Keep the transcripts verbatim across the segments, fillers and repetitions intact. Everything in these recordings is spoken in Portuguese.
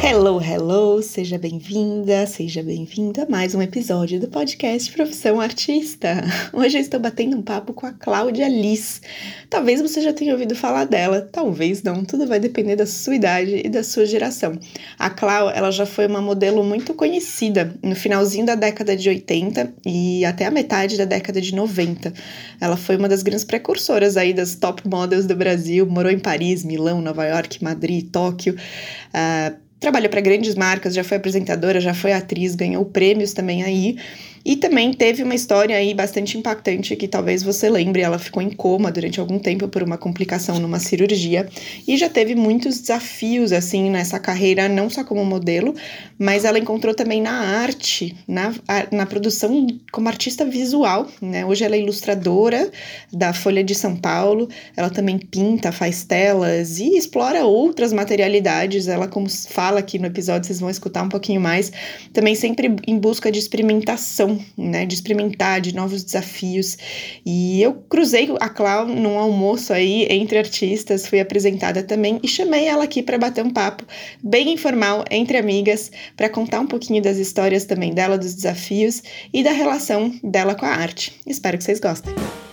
Hello, hello, seja bem-vinda, seja bem-vindo a mais um episódio do podcast Profissão Artista. Hoje eu estou batendo um papo com a Cláudia Liz. Talvez você já tenha ouvido falar dela, talvez não, tudo vai depender da sua idade e da sua geração. A Clau, ela já foi uma modelo muito conhecida no finalzinho da década de oitenta e até a metade da década de noventa. Ela foi uma das grandes precursoras aí das top models do Brasil, morou em Paris, Milão, Nova York, Madrid, Tóquio. Uh, Trabalhou para grandes marcas, já foi apresentadora, já foi atriz, ganhou prêmios também aí. E também teve uma história aí bastante impactante que talvez você lembre. Ela ficou em coma durante algum tempo por uma complicação numa cirurgia. E já teve muitos desafios, assim, nessa carreira, não só como modelo, mas ela encontrou também na arte, na, na produção como artista visual, né? Hoje ela é ilustradora da Folha de São Paulo. Ela também pinta, faz telas e explora outras materialidades. Ela, como fala aqui no episódio, vocês vão escutar um pouquinho mais, também sempre em busca de experimentação, né, de experimentar, de novos desafios. E eu cruzei a Clau num almoço aí entre artistas, fui apresentada também e chamei ela aqui para bater um papo bem informal entre amigas, para contar um pouquinho das histórias também dela, dos desafios e da relação dela com a arte. Espero que vocês gostem.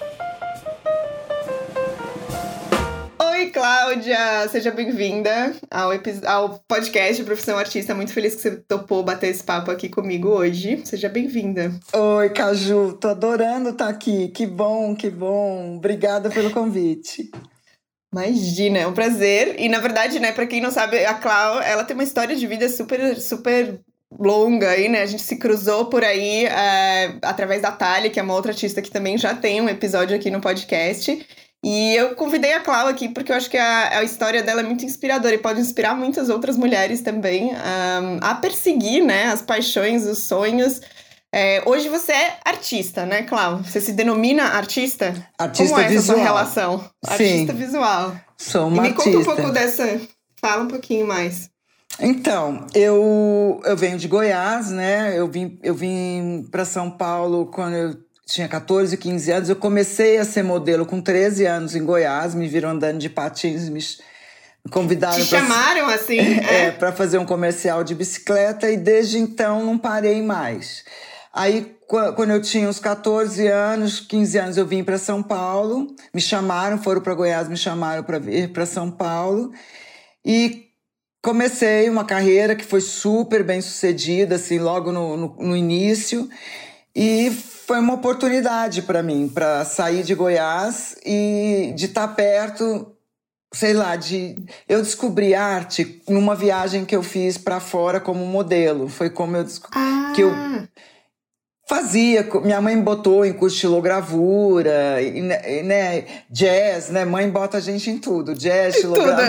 Oi, Cláudia! Seja bem-vinda ao, epi- ao podcast Profissão Artista. Muito feliz que você topou bater esse papo aqui comigo hoje. Seja bem-vinda. Oi, Caju. Tô adorando estar aqui. Que bom, que bom. Obrigada pelo convite. Imagina, é um prazer. E, na verdade, né, pra quem não sabe, a Clau, ela tem uma história de vida super, super longa aí, né? A gente se cruzou por aí é, através da Thalia, que é uma outra artista que também já tem um episódio aqui no podcast. E eu convidei a Clau aqui porque eu acho que a, a história dela é muito inspiradora e pode inspirar muitas outras mulheres também um, a perseguir, né, as paixões, os sonhos. É, hoje você é artista, né, Clau? Você se denomina artista? Artista Como é essa visual. sua relação? Sim. Artista visual. Sou uma e me artista. conta um pouco dessa... Fala um pouquinho mais. Então, eu, eu venho de Goiás, né? Eu vim, eu vim para São Paulo quando eu tinha catorze, quinze anos. Eu comecei a ser modelo com treze anos em Goiás. Me viram andando de patins, me convidaram. Te chamaram pra, assim? É, é para fazer um comercial de bicicleta e desde então não parei mais. Aí, quando eu tinha uns catorze anos, quinze anos, eu vim para São Paulo. Me chamaram, foram para Goiás, me chamaram para vir para São Paulo. E comecei uma carreira que foi super bem sucedida, assim, logo no, no, no início. E foi uma oportunidade para mim, para sair de Goiás e de estar perto, sei lá, de... Eu descobri arte numa viagem que eu fiz para fora como modelo. Foi como eu descobri... Ah. Que eu fazia... Minha mãe me botou em curso de estilogravura, e, né, jazz, né? Mãe bota a gente em tudo. Jazz, estilogravura.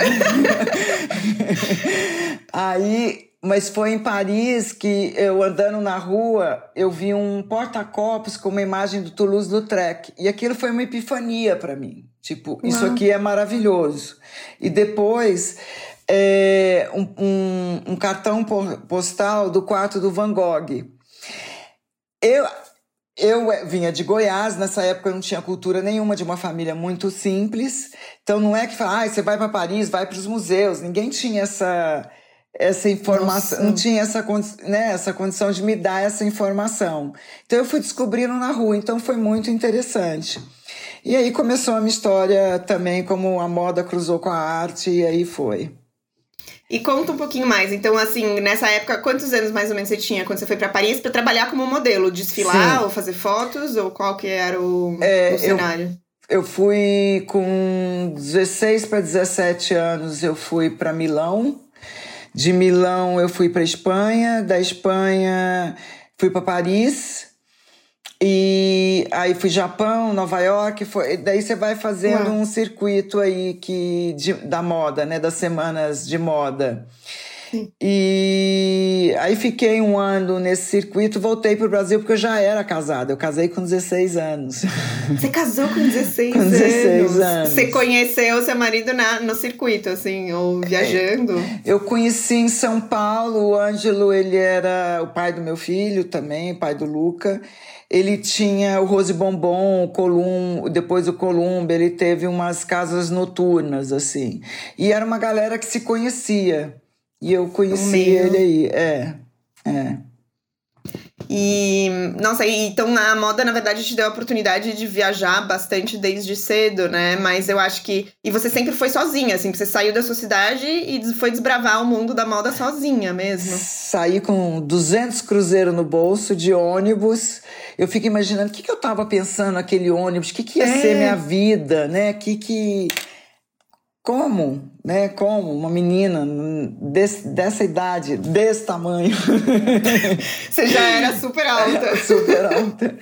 Aí... Mas foi em Paris que eu, andando na rua, eu vi um porta-copos com uma imagem do Toulouse-Lautrec. E aquilo foi uma epifania para mim. Tipo, Uau. Isso aqui é maravilhoso. E depois, é, um, um, um cartão postal do quarto do Van Gogh. Eu... Eu vinha de Goiás, nessa época eu não tinha cultura nenhuma, de uma família muito simples. Então não é que fala, ah, você vai para Paris, vai para os museus. Ninguém tinha essa... essa informação, Nossa. não tinha essa, né, essa condição de me dar essa informação. Então eu fui descobrindo na rua, então foi muito interessante. E aí começou a minha história também, como a moda cruzou com a arte, e aí foi. E conta um pouquinho mais, então assim, nessa época, quantos anos mais ou menos você tinha quando você foi para Paris para trabalhar como modelo? Desfilar Sim. ou fazer fotos, ou qual que era o, é, o cenário? Eu, eu fui com dezesseis para dezessete anos, eu fui para Milão. De Milão eu fui para Espanha, da Espanha fui para Paris, e aí fui Japão, Nova York, foi, daí você vai fazendo Uau. um circuito aí que, de, da moda, né, das semanas de moda. Sim. E aí fiquei um ano nesse circuito, voltei pro Brasil porque eu já era casada. Eu casei com dezesseis anos. Você casou com dezesseis com dezesseis anos. Você conheceu seu marido na, no circuito, assim, ou viajando? Eu conheci em São Paulo. O Ângelo, ele era o pai do meu filho também, pai do Luca. Ele tinha o Rose Bombom, o Colum, depois o Columba, ele teve umas casas noturnas, assim. E era uma galera que se conhecia. E eu conheci ele aí, é, é. E, nossa, então a moda, na verdade, te deu a oportunidade de viajar bastante desde cedo, né? Mas eu acho que... E você sempre foi sozinha, assim, você saiu da sua cidade e foi desbravar o mundo da moda sozinha mesmo. Saí com duzentos cruzeiros no bolso, de ônibus. Eu fico imaginando o que, que eu tava pensando naquele ônibus, o que, que ia é. ser minha vida, né? Que que... Como, né? Como uma menina desse, dessa idade, desse tamanho. Você já era super alta. É, super alta.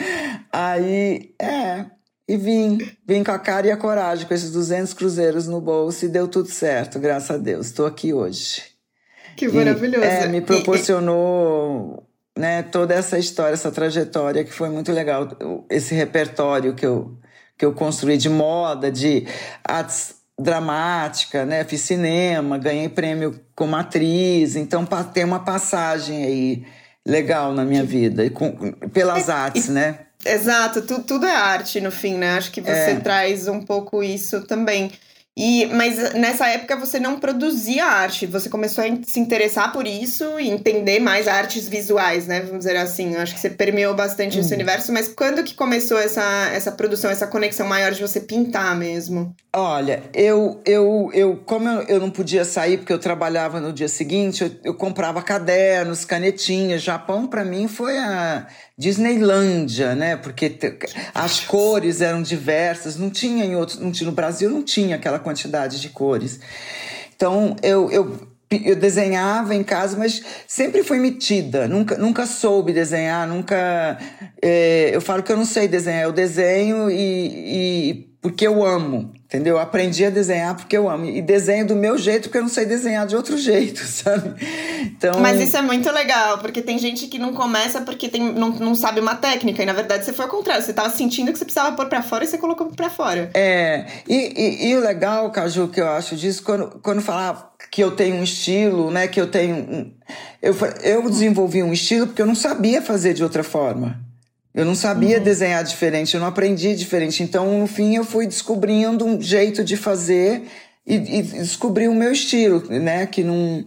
Aí, é, e vim. Vim com a cara e a coragem, com esses duzentos cruzeiros no bolso, e deu tudo certo, graças a Deus. Estou aqui hoje. Que maravilhoso. E, é, me proporcionou, e, né, toda essa história, essa trajetória, que foi muito legal. Esse repertório que eu, que eu construí de moda, de artes dramática, né? Fiz cinema, ganhei prêmio como atriz, então tem uma passagem aí legal na minha vida, com, pelas artes, né? Exato, tu, tudo é arte no fim, né? Acho que você é. traz um pouco isso também. E, mas nessa época você não produzia arte, você começou a se interessar por isso e entender mais artes visuais, né? Vamos dizer assim, acho que você permeou bastante hum. esse universo, mas quando que começou essa, essa produção, essa conexão maior de você pintar mesmo? Olha, eu, eu, eu como eu, eu não podia sair porque eu trabalhava no dia seguinte, eu, eu comprava cadernos, canetinhas. Japão para mim foi a Disneylândia, né? Porque te, as cores eram diversas, não tinha em outros, não tinha no Brasil, não tinha aquela quantidade de cores. Então eu, eu, eu desenhava em casa, mas sempre fui metida, nunca, nunca soube desenhar, nunca. É, eu falo que eu não sei desenhar, eu desenho e, e porque eu amo, entendeu? Eu aprendi a desenhar porque eu amo. E desenho do meu jeito porque eu não sei desenhar de outro jeito, sabe? Então... Mas isso é muito legal, porque tem gente que não começa porque tem, não, não sabe uma técnica. E, na verdade, você foi ao contrário. Você estava sentindo que você precisava pôr pra fora e você colocou pra fora. É. E, e, e o legal, Caju, que eu acho disso, quando, quando falar que eu tenho um estilo, né? Que eu tenho... Um, eu, eu desenvolvi um estilo porque eu não sabia fazer de outra forma. Eu não sabia uhum. desenhar diferente, eu não aprendi diferente. Então, no fim, eu fui descobrindo um jeito de fazer e, e descobri o meu estilo, né? Que não...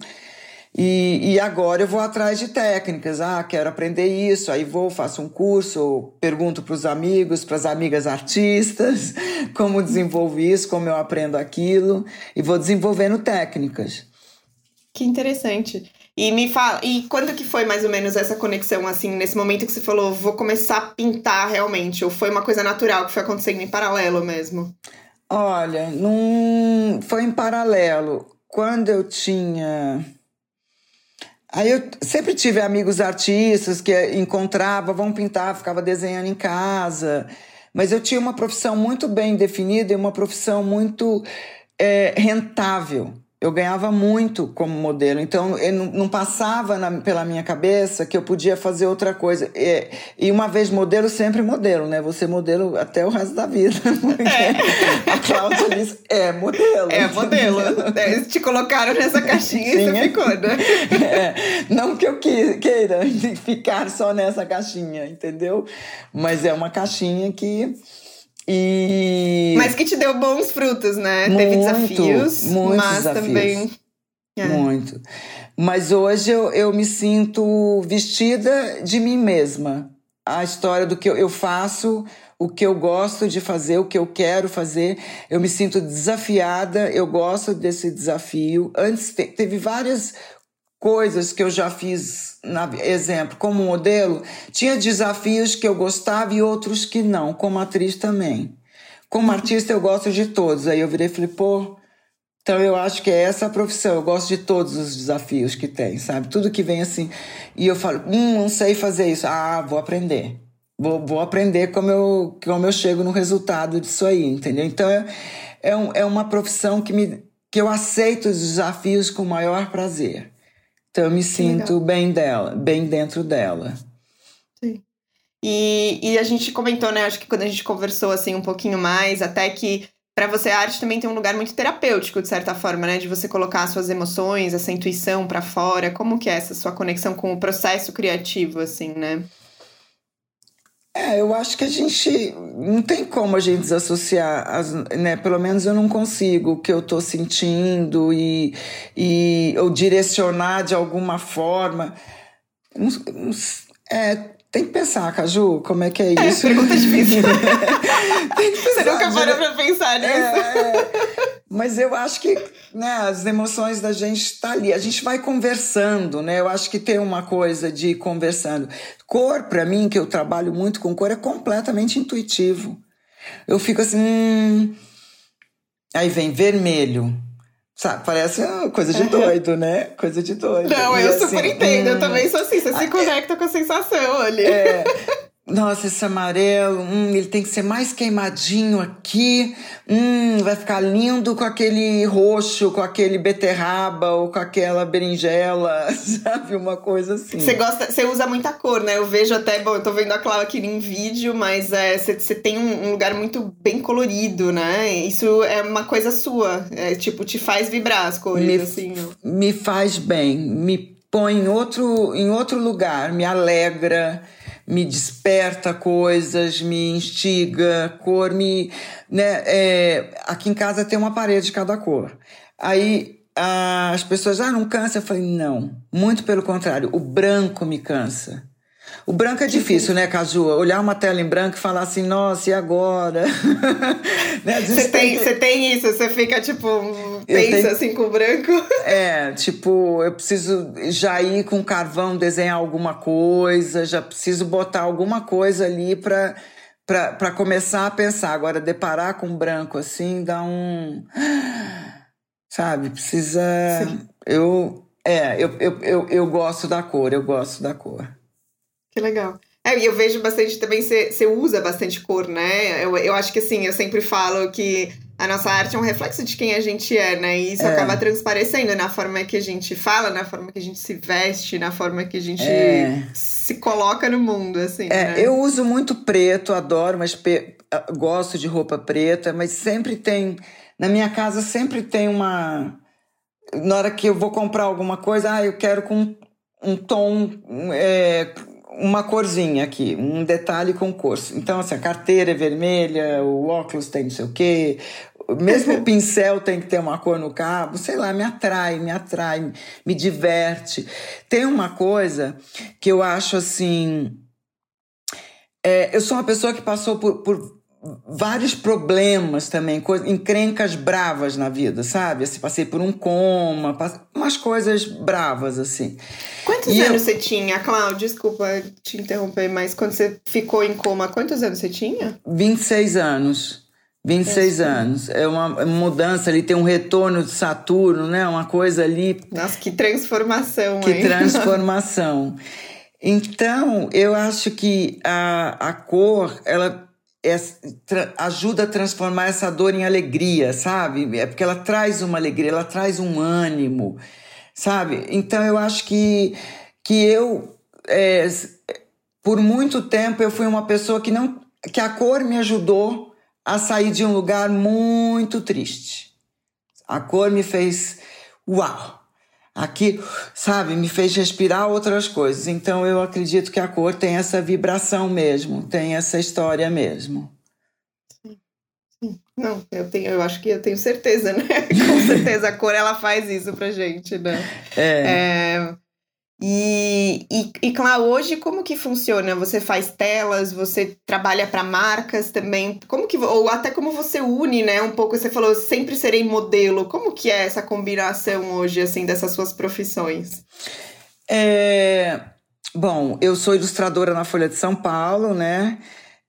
E, e agora eu vou atrás de técnicas. Ah, quero aprender isso. Aí vou, faço um curso, pergunto para os amigos, para as amigas artistas, como desenvolvo isso, como eu aprendo aquilo. E vou desenvolvendo técnicas. Que interessante. E me fala, e quando que foi mais ou menos essa conexão, assim, nesse momento que você falou, vou começar a pintar realmente? Ou foi uma coisa natural que foi acontecendo em paralelo mesmo? Olha, num... foi em paralelo. Quando eu tinha... Aí eu sempre tive amigos artistas que encontrava, vão pintar, ficava desenhando em casa. Mas eu tinha uma profissão muito bem definida e uma profissão muito é, rentável. Eu ganhava muito como modelo, então eu não, não passava na, pela minha cabeça que eu podia fazer outra coisa. E, e uma vez modelo, sempre modelo, né? Você modelo até o resto da vida. É. A Cláudia Liz é modelo. É modelo. É, te colocaram nessa caixinha Sim, e você é. ficou, né? É. Não que eu queira ficar só nessa caixinha, entendeu? Mas é uma caixinha que... E... Mas que te deu bons frutos, né? Muito, Teve desafios, muitos mas desafios. também... É. Muito. Mas hoje eu, eu me sinto vestida de mim mesma. A história do que eu, eu faço, o que eu gosto de fazer, o que eu quero fazer. Eu me sinto desafiada, eu gosto desse desafio. Antes te, teve várias coisas que eu já fiz, na, exemplo, como modelo, tinha desafios que eu gostava e outros que não, como atriz também. Como artista eu gosto de todos, aí eu virei e falei, pô, então eu acho que é essa a profissão, eu gosto de todos os desafios que tem, sabe? Tudo que vem assim, e eu falo, hum, não sei fazer isso, ah, vou aprender. Vou, vou aprender como eu, como eu chego no resultado disso aí, entendeu? Então é, é, um, é uma profissão que, me, que eu aceito os desafios com o maior prazer. Então eu me sinto bem dela, bem dentro dela. Sim. E, e a gente comentou, né, acho que quando a gente conversou assim um pouquinho mais, até que para você a arte também tem um lugar muito terapêutico, de certa forma, né, de você colocar as suas emoções, essa intuição para fora. Como que é essa sua conexão com o processo criativo, assim, né? É, eu acho que a gente não tem como a gente desassociar, as, né? Pelo menos eu não consigo o que eu tô sentindo e, e ou direcionar de alguma forma. Não- não- É, tem que pensar, Caju, como é que é É, isso? pergunta difícil. Tem que Você pensar. nunca parou dire- pra pensar nisso? É, mas eu acho que, né, as emoções da gente estão ali. A gente vai conversando, né? Eu acho que tem uma coisa de ir conversando. Cor, para mim, que eu trabalho muito com cor, é completamente intuitivo. Eu fico assim... hum, Aí vem vermelho. Sabe, parece uma coisa de Aham. doido, né? Coisa de doido. Não, E eu super assim... entendo. Eu hum, também sou assim. Você se conecta com a sensação ali. Nossa, esse amarelo, hum, ele tem que ser mais queimadinho aqui. Hum, vai ficar lindo com aquele roxo, com aquele beterraba ou com aquela berinjela, sabe? Uma coisa assim. Você gosta, você usa muita cor, né? Eu vejo até, bom, eu tô vendo a Clau aqui em vídeo, mas é, você, você tem um, um lugar muito bem colorido, né? Isso é uma coisa sua, é, tipo, te faz vibrar as cores, Me, assim. me faz bem, me põe em outro, em outro lugar, me alegra, me desperta coisas, me instiga, cor me... Né, é, aqui em casa tem uma parede de cada cor. Aí ah, as pessoas, ah, não cansa? Eu falei, não, muito pelo contrário, o branco me cansa. O branco é difícil, né, Caju? Olhar uma tela em branco e falar assim, nossa, e agora? Né, a gente Você tem tem, que- você tem isso, você fica, tipo, Eu tensa, tenho- assim, com o branco. É, tipo, eu preciso já ir com carvão desenhar alguma coisa, já preciso botar alguma coisa ali pra, pra, pra começar a pensar. Agora, deparar com branco assim, dá um... Sabe, precisa... Sim, Eu... É, eu, eu, eu, eu gosto da cor, eu gosto da cor. que legal. É, e eu vejo bastante também, você, você usa bastante cor, né? Eu, eu acho que, assim, eu sempre falo que a nossa arte é um reflexo de quem a gente é, né? E isso acaba transparecendo na forma que a gente fala, na forma que a gente se veste, na forma que a gente É, se coloca no mundo, assim, é, né? eu uso muito preto, adoro, mas pe- ah, gosto de roupa preta, mas sempre tem... Na minha casa sempre tem uma... Na hora que eu vou comprar alguma coisa, ah, eu quero com um tom, é, uma corzinha aqui, um detalhe com cor. Então, assim, a carteira é vermelha, o óculos tem não sei o quê, mesmo o pincel tem que ter uma cor no cabo, sei lá, me atrai, me atrai, me diverte. Tem uma coisa que eu acho assim... É, eu sou uma pessoa que passou por... por vários problemas também, coisa, encrencas bravas na vida, sabe? Assim, passei por um coma, passe- umas coisas bravas, assim. Quantos E anos eu, você tinha, Cláudia? Desculpa te interromper, mas quando você ficou em coma, quantos anos você tinha? vinte e seis anos. vinte e seis Nossa, anos. É uma mudança ali, tem um retorno de Saturno, né? Uma coisa ali, nossa, que transformação, que hein? transformação. Então, eu acho que a, a cor, ela é, tra- ajuda a transformar essa dor em alegria, sabe? É porque ela traz uma alegria, ela traz um ânimo, sabe? Então, eu acho que, que eu, é, s- por muito tempo, eu fui uma pessoa que não, que a cor me ajudou a sair de um lugar muito triste. A cor me fez, uau! Aqui, sabe, me fez respirar outras coisas. Então, eu acredito que a cor tem essa vibração mesmo, tem essa história mesmo. Não, eu tenho, eu acho que eu tenho certeza, né? Com certeza a cor ela faz isso pra gente, né? É, É, e, e, e Clá, hoje como que funciona? Você faz telas, você trabalha para marcas também? Como que, ou até como você une, né? Um pouco, você falou, sempre serei modelo. Como que é essa combinação hoje, assim, dessas suas profissões? é, bom, eu sou ilustradora na Folha de São Paulo, né?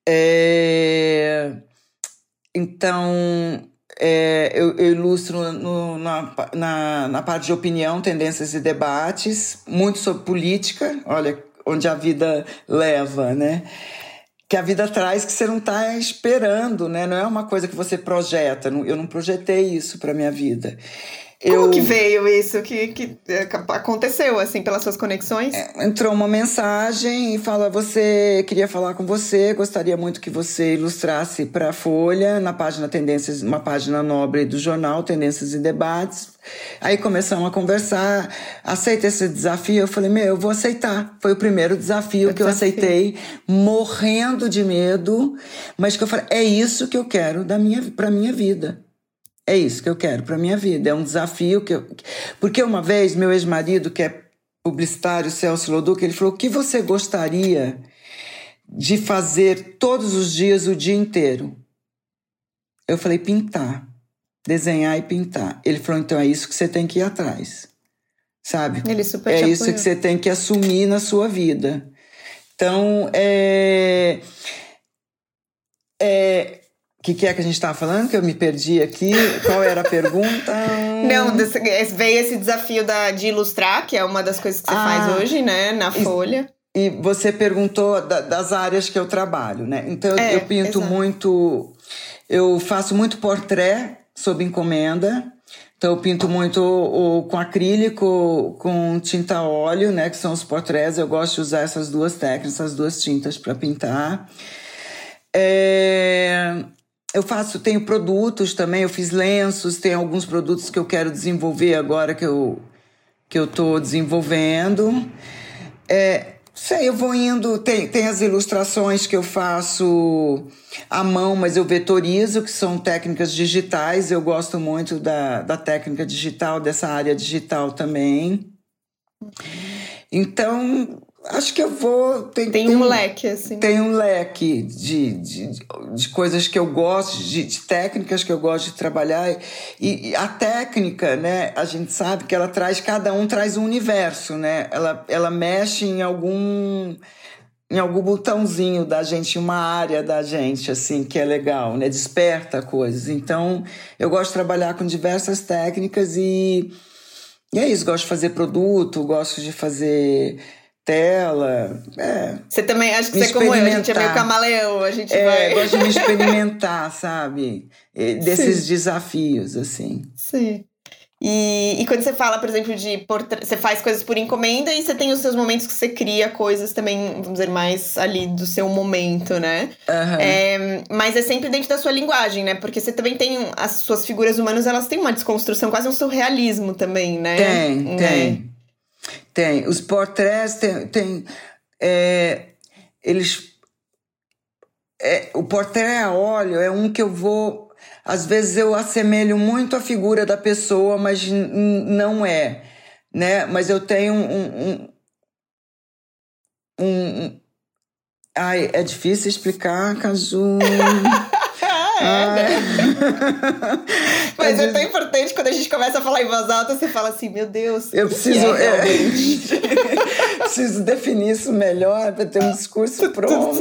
É, então, é, eu, eu ilustro no- na, na, na parte de opinião, tendências e debates, muito sobre política, olha onde a vida leva, né? Que a vida traz que você não está esperando, né? Não é uma coisa que você projeta. não- Eu não projetei isso para minha vida. Como eu, que veio isso? Que, que aconteceu, assim, pelas suas conexões? Entrou uma mensagem e fala, você queria falar com você, gostaria muito que você ilustrasse para a Folha, na página Tendências, uma página nobre do jornal, Tendências e Debates. Aí começamos a conversar, aceita esse desafio? Eu falei, meu, eu vou aceitar. Foi o primeiro desafio o que desafio. eu aceitei, morrendo de medo, mas que eu falei, é isso que eu quero da minha, para a minha vida. É isso que eu quero para minha vida. É um desafio que eu... Porque uma vez, meu ex-marido, que é publicitário, Celso Loduca, ele falou, o que você gostaria de fazer todos os dias, o dia inteiro? Eu falei, pintar. Desenhar e pintar. Ele falou, então é isso que você tem que ir atrás. Sabe? Ele super é te isso apoiou. Que você tem que assumir na sua vida. Então, é... É... O que, que é que a gente estava falando? Que eu me perdi aqui. Qual era a pergunta? Não, veio esse desafio da, de ilustrar, que é uma das coisas que você ah, faz hoje, né? Na e, Folha. E você perguntou da, das áreas que eu trabalho, né? Então, é, eu pinto exato. muito... Eu faço muito portrait sob encomenda. Então, eu pinto muito o, o, com acrílico, com tinta a óleo, né? Que são os portraits. Eu gosto de usar essas duas técnicas, essas duas tintas para pintar. É... Eu faço, tenho produtos também, eu fiz lenços, tem alguns produtos que eu quero desenvolver agora que eu que eu tô desenvolvendo. É, sei, eu vou indo, tem, tem as ilustrações que eu faço à mão, mas eu vetorizo, que são técnicas digitais, eu gosto muito da, da técnica digital, dessa área digital também. Então... Acho que eu vou... Tem, tem um tem, leque, assim. Tem um leque de, de, de coisas que eu gosto, de, de técnicas que eu gosto de trabalhar. E, e a técnica, né, a gente sabe que ela traz... Cada um traz um universo, né? Ela, ela mexe em algum... em algum botãozinho da gente, uma área da gente, assim, que é legal, né? Desperta coisas. Então, eu gosto de trabalhar com diversas técnicas e... E é isso, gosto de fazer produto, gosto de fazer... tela, é. Você também, acho que você é como eu, a gente é meio camaleão, a gente é, vai... Eu gosto de me experimentar, sabe? Desses Sim. desafios, assim. Sim. E, e quando você fala, por exemplo, de... Portra... Você faz coisas por encomenda e você tem os seus momentos que você cria coisas também, vamos dizer, mais ali do seu momento, né? Uhum. É, mas é sempre dentro da sua linguagem, né? Porque você também tem... As suas figuras humanas, elas têm uma desconstrução, quase um surrealismo também, né? Tem, é. tem. Tem. Os portraits tem, tem é, eles é, o portrait a óleo é um que eu vou, às vezes eu assemelho muito a figura da pessoa, mas n- não é, né? Mas eu tenho um, um, um, um ai, é difícil explicar, Caju. É, ah, né? Mas é, é tão importante quando a gente começa a falar em voz alta, você fala assim, meu Deus. Eu preciso, é, é, preciso definir isso melhor para ter um discurso pronto.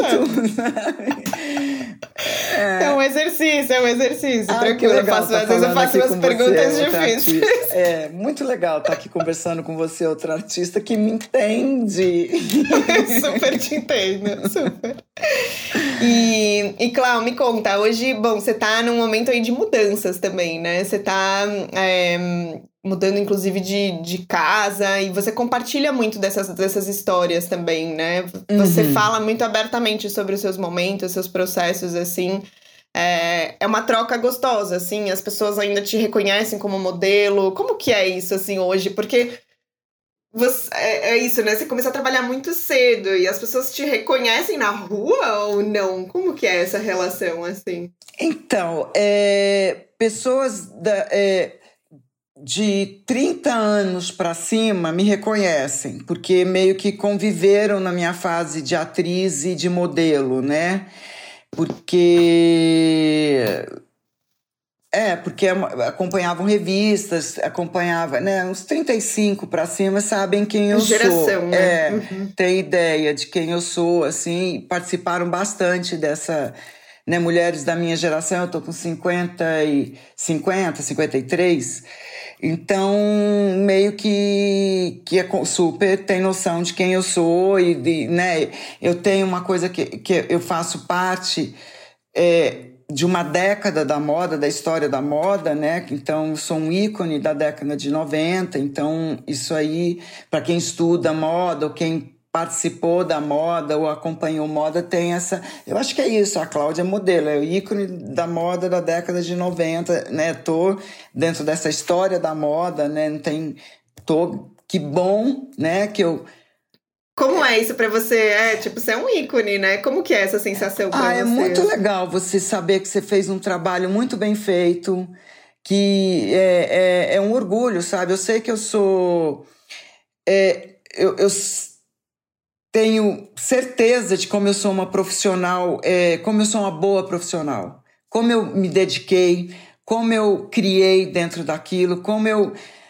É. é um exercício, é um exercício. Ah, tranquilo, eu faço, tá às vezes eu faço umas perguntas você, difíceis. É muito legal estar aqui conversando com você, outra artista que me entende. Super te entendo, super. E, e Clau, me conta, hoje, bom, você tá num momento aí de mudanças também, né? Você tá é, mudando, inclusive, de, de casa, e você compartilha muito dessas, dessas histórias também, né? Você uhum. fala muito abertamente sobre os seus momentos, seus processos, assim. É, é uma troca gostosa, assim, as pessoas ainda te reconhecem como modelo. Como que é isso, assim, hoje? Porque... Você, é, é isso, né? Você começou a trabalhar muito cedo e as pessoas te reconhecem na rua ou não? Como que é essa relação, assim? Então, é, pessoas da, é, de trinta anos para cima me reconhecem, porque meio que conviveram na minha fase de atriz e de modelo, né? Porque... É, porque acompanhavam revistas, acompanhava, né? Uns trinta e cinco para cima sabem quem eu Geração, sou. Né? É, uhum. Tem ideia de quem eu sou, assim, participaram bastante dessa, né? Mulheres da minha geração, eu tô com cinquenta e cinquenta, cinquenta e três. Então, meio que, que é super tem noção de quem eu sou e de, né? Eu tenho uma coisa que, que eu faço parte... É, de uma década da moda, da história da moda, né? Então, eu sou um ícone da década de noventa. Então, isso aí, para quem estuda moda ou quem participou da moda ou acompanhou moda, tem essa... Eu acho que é isso, a Cláudia é modelo, é o ícone da moda da década de noventa, né? Tô dentro dessa história da moda, né? Não tem... Tô... Que bom, né? Que eu... Como é isso pra você? É, tipo, você é um ícone, né? Como que é essa sensação pra ah, você? Ah, é muito legal você saber que você fez um trabalho muito bem feito, que é, é, é um orgulho, sabe? Eu sei que eu sou... É, eu, eu tenho certeza de como eu sou uma profissional, é, como eu sou uma boa profissional, como eu me dediquei, como eu criei dentro daquilo, como eu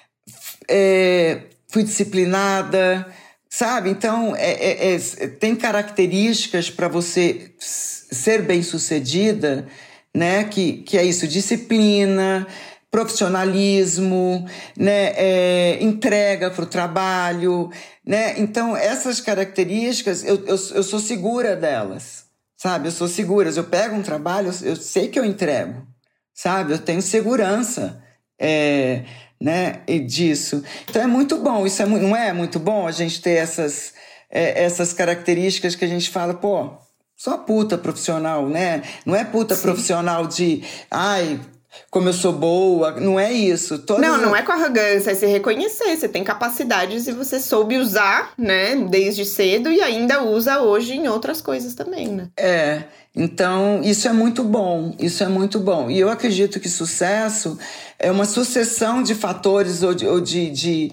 é, fui disciplinada... Sabe? Então, é, é, é, tem características para você ser bem-sucedida, né? Que, que é isso, disciplina, profissionalismo, né? É, entrega para o trabalho, né? Então, essas características, eu, eu, eu sou segura delas, sabe? Eu sou segura. Eu pego um trabalho, eu, eu sei que eu entrego, sabe? Eu tenho segurança, é... né, e disso. Então é muito bom, isso é, não é muito bom a gente ter essas, é, essas características que a gente fala, pô, sou uma puta profissional, né? Não é puta Sim. profissional de, ai, como eu sou boa, não é isso. Todas não, não as... é com arrogância, é se reconhecer, você tem capacidades e você soube usar, né, desde cedo e ainda usa hoje em outras coisas também, né? É, então isso é muito bom, isso é muito bom. E eu acredito que sucesso é uma sucessão de fatores ou de, ou de, de,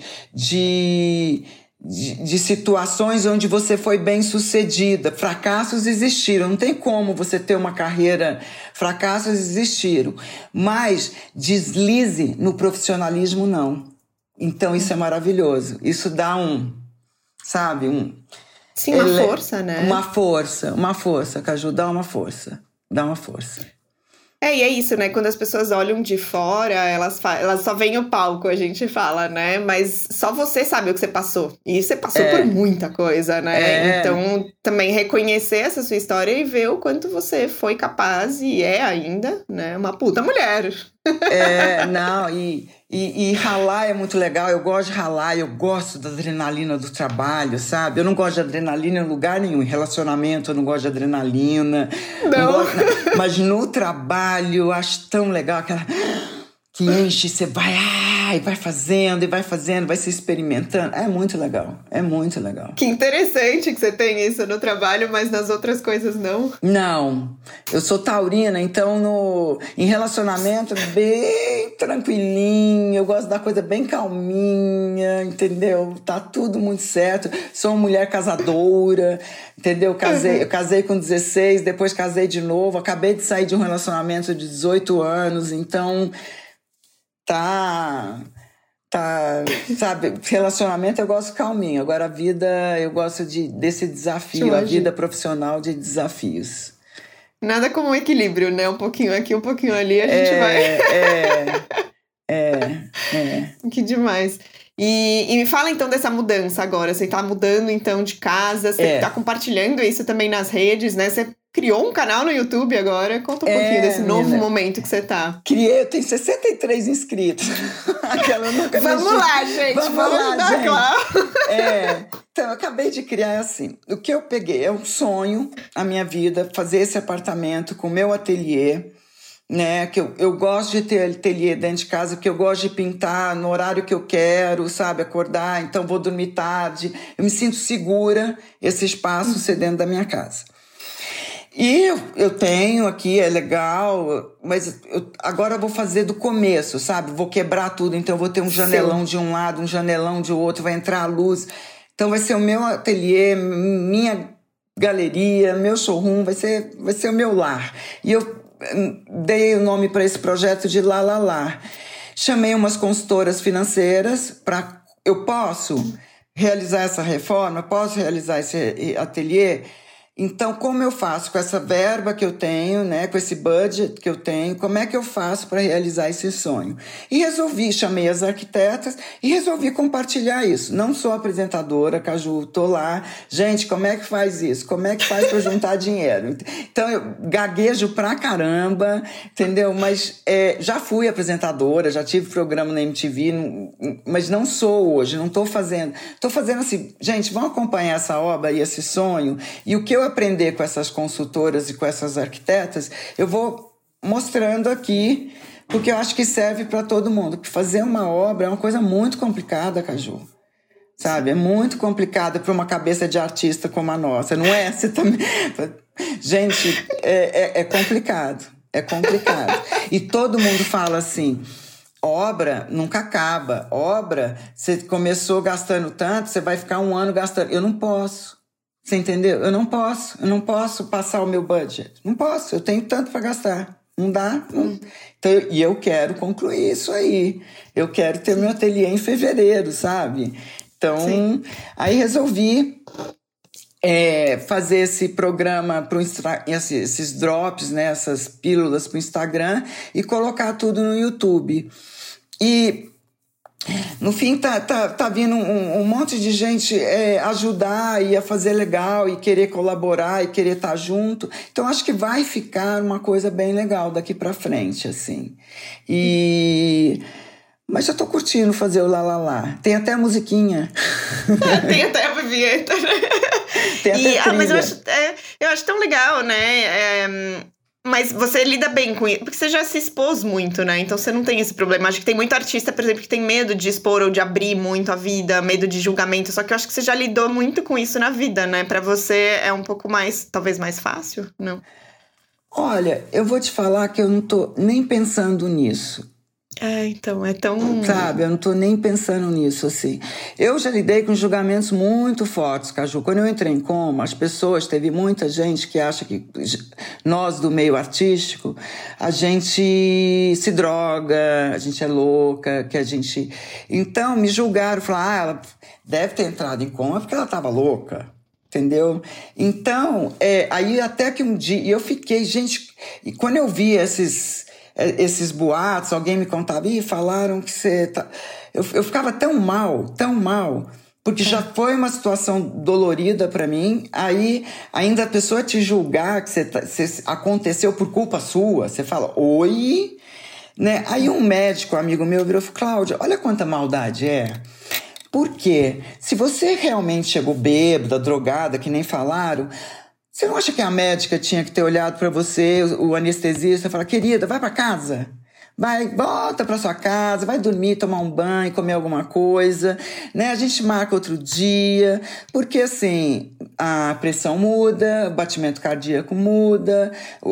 de, de, de situações onde você foi bem sucedida. Fracassos existiram, não tem como você ter uma carreira... Fracassos existiram, mas deslize no profissionalismo não. Então isso é maravilhoso, isso dá um, sabe, um... Sim, uma ele... força, né? Uma força, uma força, Caju, dá uma força, dá uma força. É, e é isso, né? Quando as pessoas olham de fora, elas, fa... elas só veem o palco, a gente fala, né? Mas só você sabe o que você passou. E você passou é. por muita coisa, né? É. Então, também reconhecer essa sua história e ver o quanto você foi capaz e é ainda, né? Uma puta mulher. É, não, e, e, e ralar é muito legal. Eu gosto de ralar, eu gosto da adrenalina do trabalho, sabe? Eu não gosto de adrenalina em lugar nenhum. Em relacionamento eu não gosto de adrenalina. Não. não gosto, não. Mas no trabalho eu acho tão legal aquela... que enche, você vai, ah, e vai fazendo, e vai fazendo, vai se experimentando. É muito legal, é muito legal. Que interessante que você tem isso no trabalho, mas nas outras coisas não. Não, eu sou taurina, então no, em relacionamento bem tranquilinho, eu gosto da coisa bem calminha, entendeu? Tá tudo muito certo. Sou uma mulher casadora, entendeu? Casei, eu casei com dezesseis, depois casei de novo, acabei de sair de um relacionamento de dezoito anos, então... Tá, tá, sabe, relacionamento eu gosto calminho, agora a vida eu gosto de, desse desafio, a vida profissional de desafios. Nada como um equilíbrio, né? Um pouquinho aqui, um pouquinho ali, a gente é, vai... É, é, é. Que demais. E, e me fala então dessa mudança agora, você tá mudando então de casa, você é. tá compartilhando isso também nas redes, né? Você criou um canal no YouTube agora, conta um é, pouquinho desse novo menina. momento que você tá. Criei, eu tenho sessenta e três inscritos. Aquela nunca Vamos mexi. lá, gente, vamos, vamos lá, gente. Claro. É, então, eu acabei de criar assim, o que eu peguei é um sonho, a minha vida, fazer esse apartamento com o meu ateliê, né, que eu, eu gosto de ter ateliê dentro de casa, porque eu gosto de pintar no horário que eu quero, sabe, acordar, então vou dormir tarde, eu me sinto segura esse espaço ser dentro da minha casa. E eu, eu tenho aqui, é legal, mas eu, agora eu vou fazer do começo, sabe, vou quebrar tudo, então eu vou ter um janelão Sim. de um lado, um janelão de outro, vai entrar a luz, então vai ser o meu ateliê, minha galeria, meu showroom, vai ser, vai ser o meu lar. E eu dei o nome para esse projeto de Lá Lá Lá. Chamei umas consultoras financeiras para... Eu posso realizar essa reforma? Posso realizar esse ateliê? Então, como eu faço com essa verba que eu tenho, né, com esse budget que eu tenho, como é que eu faço para realizar esse sonho? E resolvi, chamei as arquitetas e resolvi compartilhar isso. Não sou apresentadora, Caju, tô lá. Gente, como é que faz isso? Como é que faz para juntar dinheiro? Então, eu gaguejo pra caramba, entendeu? Mas é, já fui apresentadora, já tive programa na M T V, mas não sou hoje, não tô fazendo. Tô fazendo assim, gente, vão acompanhar essa obra e esse sonho, e o que eu aprender com essas consultoras e com essas arquitetas, eu vou mostrando aqui, porque eu acho que serve para todo mundo. Porque fazer uma obra é uma coisa muito complicada, Caju. Sabe? É muito complicado para uma cabeça de artista como a nossa. Não é? Você também... Gente, é, é, é complicado. É complicado. E todo mundo fala assim... Obra nunca acaba. Obra, você começou gastando tanto, você vai ficar um ano gastando. Eu não posso. Você entendeu? Eu não posso. Eu não posso passar o meu budget. Não posso. Eu tenho tanto para gastar. Não dá. Não. Então, e eu quero concluir isso aí. Eu quero ter meu ateliê em fevereiro, sabe? Então, Sim. aí resolvi é, fazer esse programa, pro, esses, esses drops, né, essas pílulas para o Instagram e colocar tudo no YouTube. E... No fim, tá, tá, tá vindo um, um monte de gente é, ajudar e a fazer legal e querer colaborar e querer estar junto. Então, acho que vai ficar uma coisa bem legal daqui pra frente, assim. E... Mas eu tô curtindo fazer o lá, lá, lá. Tem até a musiquinha. Tem até a vinheta, né? Tem até e, a ah, mas eu acho, é, eu acho tão legal, né? É... Mas você lida bem com isso, porque você já se expôs muito, né? Então você não tem esse problema. Acho que tem muito artista, por exemplo, que tem medo de expor ou de abrir muito a vida, medo de julgamento. Só que eu acho que você já lidou muito com isso na vida, né? Pra você é um pouco mais, talvez mais fácil, não? Olha, eu vou te falar que eu não tô nem pensando nisso. É, então, é tão... Sabe, eu não tô nem pensando nisso, assim. Eu já lidei com julgamentos muito fortes, Caju. Quando eu entrei em coma, as pessoas, teve muita gente que acha que nós do meio artístico, a gente se droga, a gente é louca, que a gente... Então, me julgaram, falaram, ah, ela deve ter entrado em coma porque ela tava louca. Entendeu? Então, é, aí até que um dia... E eu fiquei, gente... E quando eu vi esses... esses boatos, alguém me contava, ih, falaram que você tá... Eu, eu ficava tão mal, tão mal, porque já foi uma situação dolorida para mim, aí ainda a pessoa te julgar que você, tá, você aconteceu por culpa sua, você fala, oi? Né? Aí um médico, amigo meu, virou e falou, Cláudia, olha quanta maldade é. Por quê? Se você realmente chegou bêbada, drogada, que nem falaram... Você não acha que a médica tinha que ter olhado para você, o anestesista, e falar, querida, vai para casa, vai, volta para sua casa, vai dormir, tomar um banho, comer alguma coisa, né? A gente marca outro dia, porque assim, a pressão muda, o batimento cardíaco muda,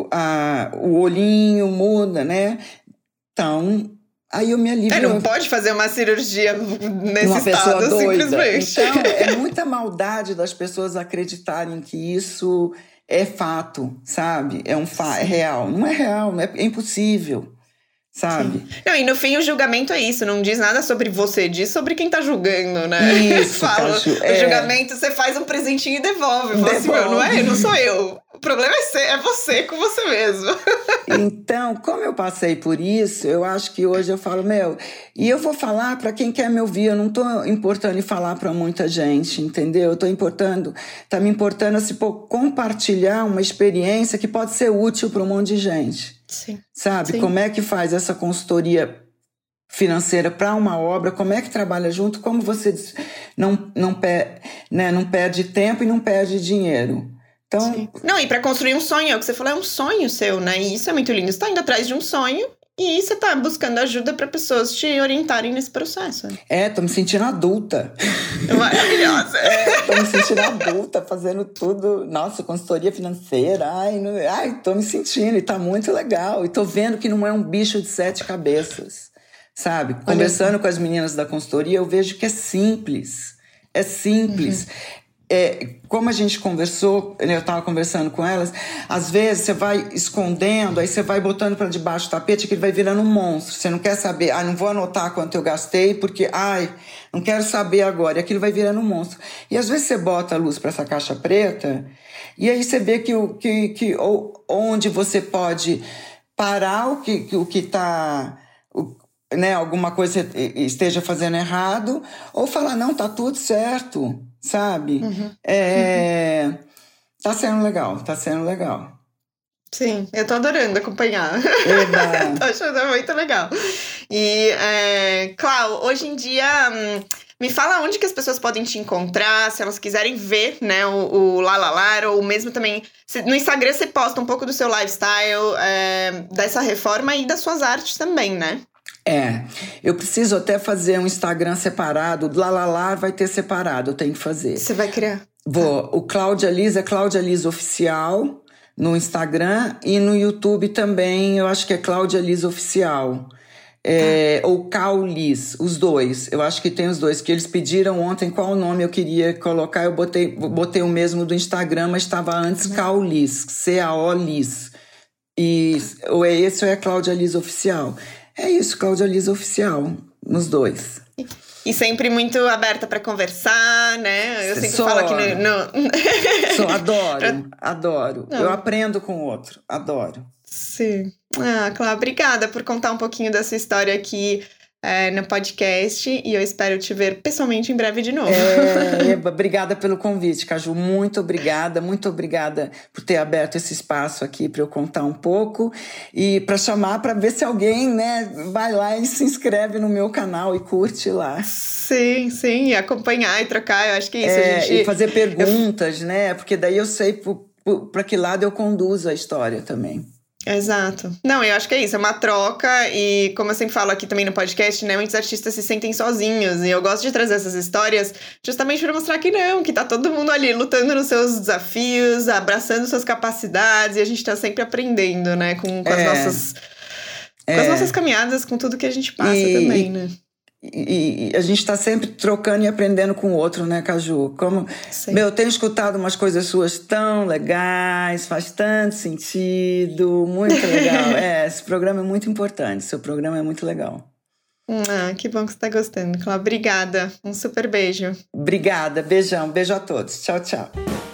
a, o olhinho muda, né? Então... Aí eu me alivio. É, não pode fazer uma cirurgia nesse uma estado, pessoa doida. Simplesmente. Então, é muita maldade das pessoas acreditarem que isso é fato, sabe? É um fa- é real. Não é real, é, é impossível, sabe? Sim. Não, e no fim o julgamento é isso, não diz nada sobre você, diz sobre quem tá julgando, né? Isso, Fala, Caju, o é. julgamento, você faz um presentinho e devolve. Fala assim, meu, não é? Não sou eu. O problema é, ser, é você com você mesmo. Então, como eu passei por isso, eu acho que hoje eu falo, meu, e eu vou falar para quem quer me ouvir, eu não tô importando em falar para muita gente, entendeu? Eu tô importando, tá me importando assim, pô, compartilhar uma experiência que pode ser útil para um monte de gente. Sim. Sabe? Sim. Como é que faz essa consultoria financeira para uma obra, como é que trabalha junto, como você não, não, per, né, não perde tempo e não perde dinheiro. Então... Sim. Não, e para construir um sonho, é o que você falou, é um sonho seu, né? E isso é muito lindo. Você tá indo atrás de um sonho e você tá buscando ajuda para pessoas te orientarem nesse processo. É, tô me sentindo adulta. Maravilhosa. É, tô me sentindo adulta, fazendo tudo. Nossa, consultoria financeira. Ai, não... ai, tô me sentindo e tá muito legal. E tô vendo que não é um bicho de sete cabeças, sabe? Conversando com as meninas da consultoria, eu vejo que é simples. É simples. Uhum. é, como a gente conversou, eu estava conversando com elas, às vezes você vai escondendo, aí você vai botando para debaixo do tapete que ele vai virando um monstro. Você não quer saber, ah, não vou anotar quanto eu gastei, porque, ai, não quero saber agora. E aquilo vai virando um monstro. E às vezes você bota a luz para essa caixa preta, e aí você vê que, o, que, que onde você pode parar o que o que está... Né, alguma coisa esteja fazendo errado, ou falar, não, tá tudo certo, sabe? Uhum. É, uhum. Tá sendo legal, tá sendo legal. Sim, eu tô adorando acompanhar. Tô achando muito legal. E, é, Clau, hoje em dia, hum, me fala onde que as pessoas podem te encontrar, se elas quiserem ver, né, o, o Lalalar, ou mesmo também... Se, no Instagram você posta um pouco do seu lifestyle, é, dessa reforma e das suas artes também, né? É, eu preciso até fazer um Instagram separado, o Lalalar vai ter separado, eu tenho que fazer. Você vai criar? Vou, o Cláudia Liz é Cláudia Liz Oficial no Instagram e no YouTube também, eu acho que é Cláudia Liz Oficial. É, tá. Ou Cal Liz, os dois, eu acho que tem os dois, que eles pediram ontem qual nome eu queria colocar, eu botei, botei o mesmo do Instagram, mas estava antes uhum. Cal Liz, C A O Liz. E ou é esse ou é Cláudia Liz Oficial. É isso, Cláudia Liz Oficial, nos dois. E sempre muito aberta para conversar, né? Eu sempre Sou. falo aqui no... no... Sou, adoro, adoro. Não. Eu aprendo com o outro, adoro. Sim. Ah, Cláudia, obrigada por contar um pouquinho dessa história aqui é, no podcast. E eu espero te ver pessoalmente em breve de novo. É, obrigada pelo convite, Caju. Muito obrigada, muito obrigada por ter aberto esse espaço aqui para eu contar um pouco. E para chamar, para ver se alguém, né, vai lá e se inscreve no meu canal e curte lá. Sim, sim. E acompanhar e trocar, eu acho que é isso. É, a gente... E fazer perguntas, eu... né? Porque daí eu sei para que lado eu conduzo a história também. Exato. Não, eu acho que é isso, é uma troca e, como eu sempre falo aqui também no podcast, né, muitos artistas se sentem sozinhos e eu gosto de trazer essas histórias justamente para mostrar que não, que tá todo mundo ali lutando nos seus desafios, abraçando suas capacidades e a gente tá sempre aprendendo, né, com, com, é. as, nossas, com é. as nossas caminhadas, com tudo que a gente passa e, também, né. E, e a gente tá sempre trocando e aprendendo com o outro, né, Caju? Como, meu, eu tenho escutado umas coisas suas tão legais, faz tanto sentido, muito legal. É, esse programa é muito importante, seu programa é muito legal. Ah, que bom que você tá gostando, Cláudia. Obrigada, um super beijo. Obrigada, beijão, beijo a todos. Tchau, tchau.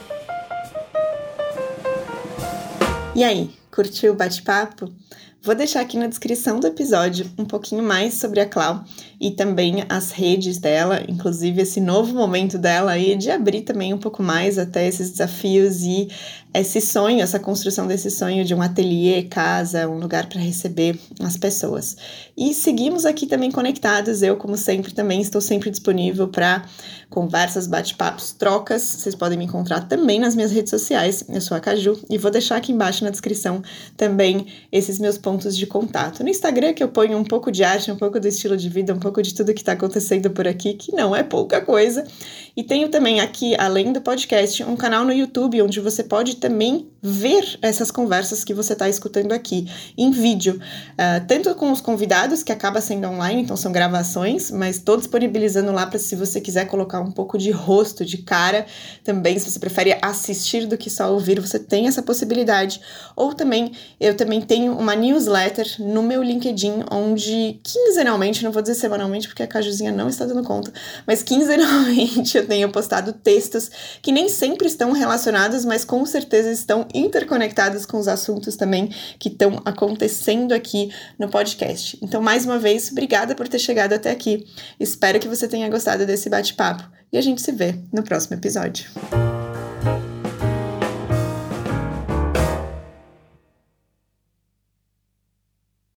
E aí, curtiu o bate-papo? Vou deixar aqui na descrição do episódio um pouquinho mais sobre a Clau e também as redes dela, inclusive esse novo momento dela aí de abrir também um pouco mais até esses desafios e esse sonho, essa construção desse sonho de um ateliê, casa, um lugar para receber as pessoas. E seguimos aqui também conectados, eu como sempre também estou sempre disponível para conversas, bate-papos, trocas, vocês podem me encontrar também nas minhas redes sociais, eu sou a Caju e vou deixar aqui embaixo na descrição também esses meus pontos de contato. No Instagram que eu ponho um pouco de arte, um pouco do estilo de vida, um pouco de tudo que está acontecendo por aqui, que não é pouca coisa. E tenho também aqui, além do podcast, um canal no YouTube, onde você pode também ver essas conversas que você está escutando aqui, em vídeo. Uh, tanto com os convidados, que acaba sendo online, então são gravações, mas estou disponibilizando lá para se você quiser colocar um pouco de rosto, de cara, também, se você prefere assistir do que só ouvir, você tem essa possibilidade. Ou também, eu também tenho uma newsletter no meu LinkedIn, onde quinzenalmente, não vou dizer semanalmente, porque a Cajuzinha não está dando conta, mas quinzenalmente eu tenho postado textos que nem sempre estão relacionados, mas com certeza estão interconectados com os assuntos também que estão acontecendo aqui no podcast. Então, mais uma vez, obrigada por ter chegado até aqui. Espero que você tenha gostado desse bate-papo e a gente se vê no próximo episódio.